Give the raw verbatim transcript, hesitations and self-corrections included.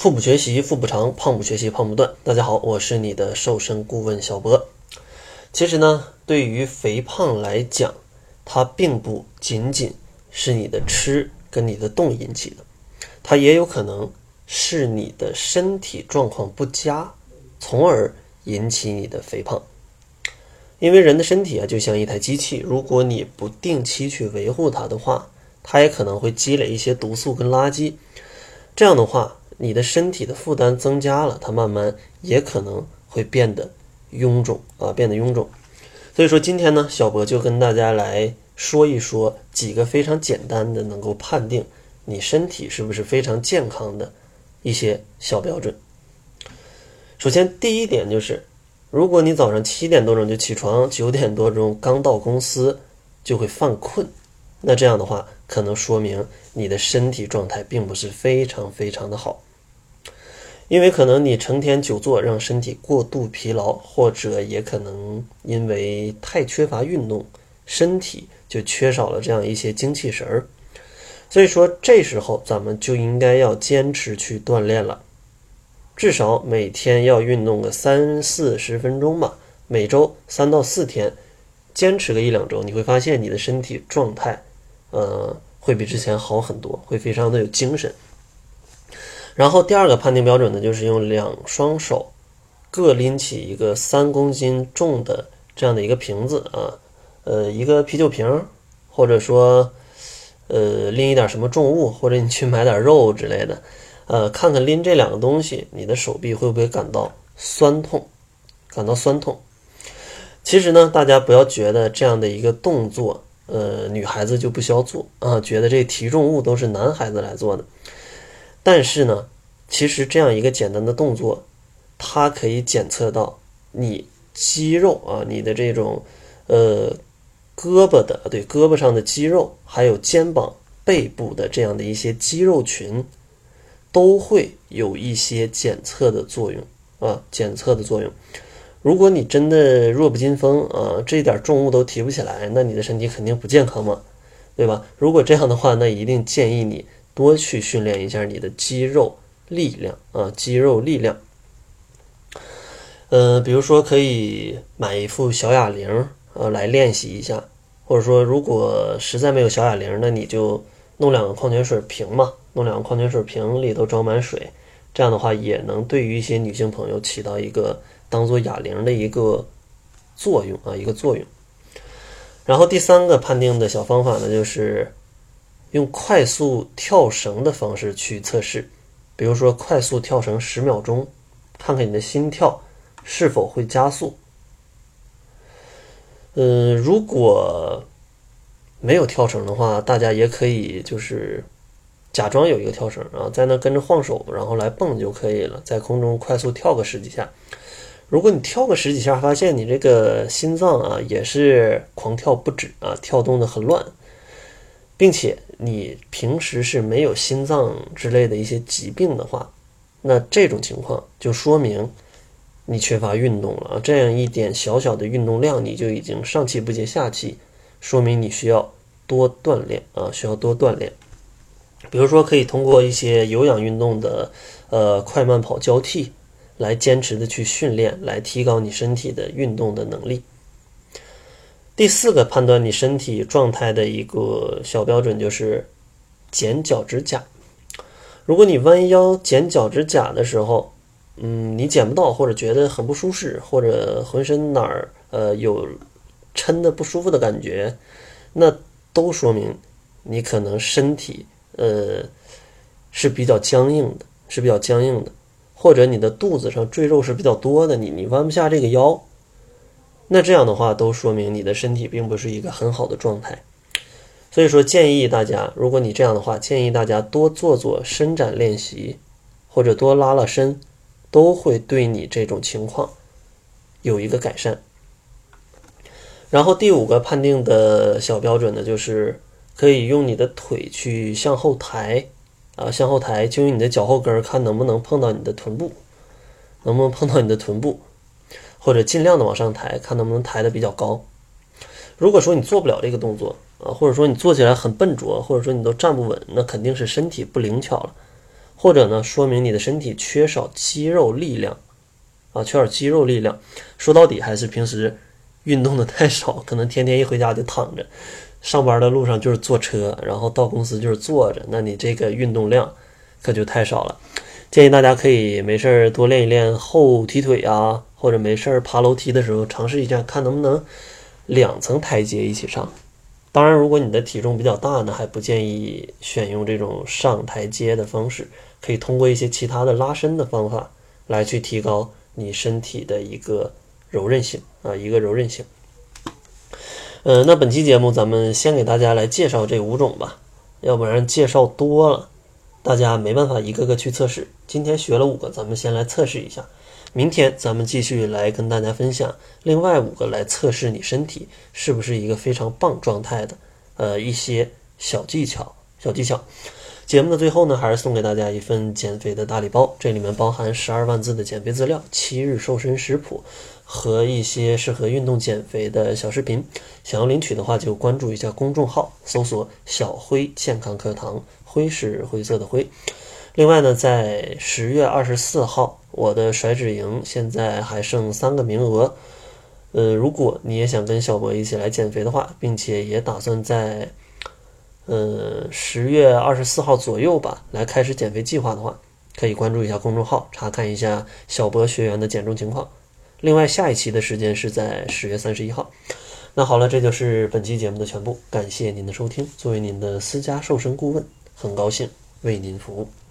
腹部学习腹部长，胖不学习胖不断。大家好，我是你的瘦身顾问小博。其实呢，对于肥胖来讲，它并不仅仅是你的吃跟你的动引起的，它也有可能是你的身体状况不佳，从而引起你的肥胖。因为人的身体啊，就像一台机器，如果你不定期去维护它的话，它也可能会积累一些毒素跟垃圾。这样的话，你的身体的负担增加了，它慢慢也可能会变得臃肿啊，变得臃肿。所以说今天呢，小博就跟大家来说一说几个非常简单的能够判定你身体是不是非常健康的一些小标准。首先第一点就是，如果你早上七点多钟就起床，九点多钟刚到公司就会犯困，那这样的话可能说明你的身体状态并不是非常非常的好。因为可能你成天久坐让身体过度疲劳，或者也可能因为太缺乏运动，身体就缺少了这样一些精气神儿。所以说这时候咱们就应该要坚持去锻炼了，至少每天要运动个三四十分钟吧，每周三到四天，坚持个一两周，你会发现你的身体状态呃，会比之前好很多，会非常的有精神。然后第二个判定标准呢，就是用两双手各拎起一个三公斤重的这样的一个瓶子啊，呃，一个啤酒瓶，或者说呃拎一点什么重物，或者你去买点肉之类的，呃，看看拎这两个东西，你的手臂会不会感到酸痛？感到酸痛。其实呢，大家不要觉得这样的一个动作，呃，女孩子就不需要做啊，觉得这提重物都是男孩子来做的。但是呢，其实这样一个简单的动作，它可以检测到你肌肉啊，你的这种呃胳膊的对胳膊上的肌肉，还有肩膀背部的这样的一些肌肉群，都会有一些检测的作用啊，检测的作用。如果你真的弱不禁风啊，这点重物都提不起来，那你的身体肯定不健康嘛，对吧？如果这样的话，那一定建议你多去训练一下你的肌肉力量啊，肌肉力量。呃，比如说可以买一副小哑铃呃来练习一下，或者说如果实在没有小哑铃，那你就弄两个矿泉水瓶嘛，弄两个矿泉水瓶里头装满水，这样的话也能对于一些女性朋友起到一个当做哑铃的一个作用啊，一个作用。然后第三个判定的小方法呢，就是用快速跳绳的方式去测试。比如说快速跳绳十秒钟，看看你的心跳是否会加速。呃，如果没有跳绳的话，大家也可以就是假装有一个跳绳啊，在那跟着晃手，然后来蹦就可以了，在空中快速跳个十几下。如果你跳个十几下，发现你这个心脏啊也是狂跳不止啊，跳动的很乱，并且你平时是没有心脏之类的一些疾病的话，那这种情况就说明你缺乏运动了。这样一点小小的运动量，你就已经上气不接下气，说明你需要多锻炼啊，需要多锻炼。比如说可以通过一些有氧运动的呃快慢跑交替来坚持的去训练，来提高你身体的运动的能力。第四个判断你身体状态的一个小标准就是剪脚趾甲。如果你弯腰剪脚趾甲的时候，嗯，你剪不到，或者觉得很不舒适，或者浑身哪儿呃有抻的不舒服的感觉，那都说明你可能身体呃是比较僵硬的，是比较僵硬的，或者你的肚子上赘肉是比较多的，你你弯不下这个腰。那这样的话都说明你的身体并不是一个很好的状态。所以说建议大家，如果你这样的话，建议大家多做做伸展练习，或者多拉拉伸，都会对你这种情况有一个改善。然后第五个判定的小标准呢，就是可以用你的腿去向后抬啊，向后抬，就用你的脚后跟看能不能碰到你的臀部，能不能碰到你的臀部，或者尽量的往上抬，看能不能抬得比较高。如果说你做不了这个动作啊，或者说你做起来很笨拙，或者说你都站不稳，那肯定是身体不灵巧了， 或者呢，说明你的身体缺少肌肉力量啊，缺少肌肉力量。说到底还是平时运动的太少，可能天天一回家就躺着，上班的路上就是坐车，然后到公司就是坐着，那你这个运动量可就太少了。建议大家可以没事多练一练后踢腿啊，或者没事爬楼梯的时候尝试一下，看能不能两层台阶一起上。当然如果你的体重比较大呢，还不建议选用这种上台阶的方式，可以通过一些其他的拉伸的方法来去提高你身体的一个柔韧性啊，一个柔韧性。呃，那本期节目咱们先给大家来介绍这五种吧，要不然介绍多了大家没办法一个个去测试。今天学了五个，咱们先来测试一下，明天咱们继续来跟大家分享另外五个来测试你身体是不是一个非常棒状态的呃一些小技巧小技巧。节目的最后呢，还是送给大家一份减肥的大礼包，这里面包含十二万字的减肥资料、七日瘦身食谱和一些适合运动减肥的小视频。想要领取的话，就关注一下公众号，搜索小辉健康课堂，辉是灰色的灰。另外呢，在十月二十四号我的甩脂营现在还剩三个名额，呃，如果你也想跟小博一起来减肥的话，并且也打算在呃十月二十四号左右吧来开始减肥计划的话，可以关注一下公众号，查看一下小博学员的减重情况。另外下一期的时间是在十月三十一号。那好了，这就是本期节目的全部，感谢您的收听。作为您的私家瘦身顾问，很高兴为您服务。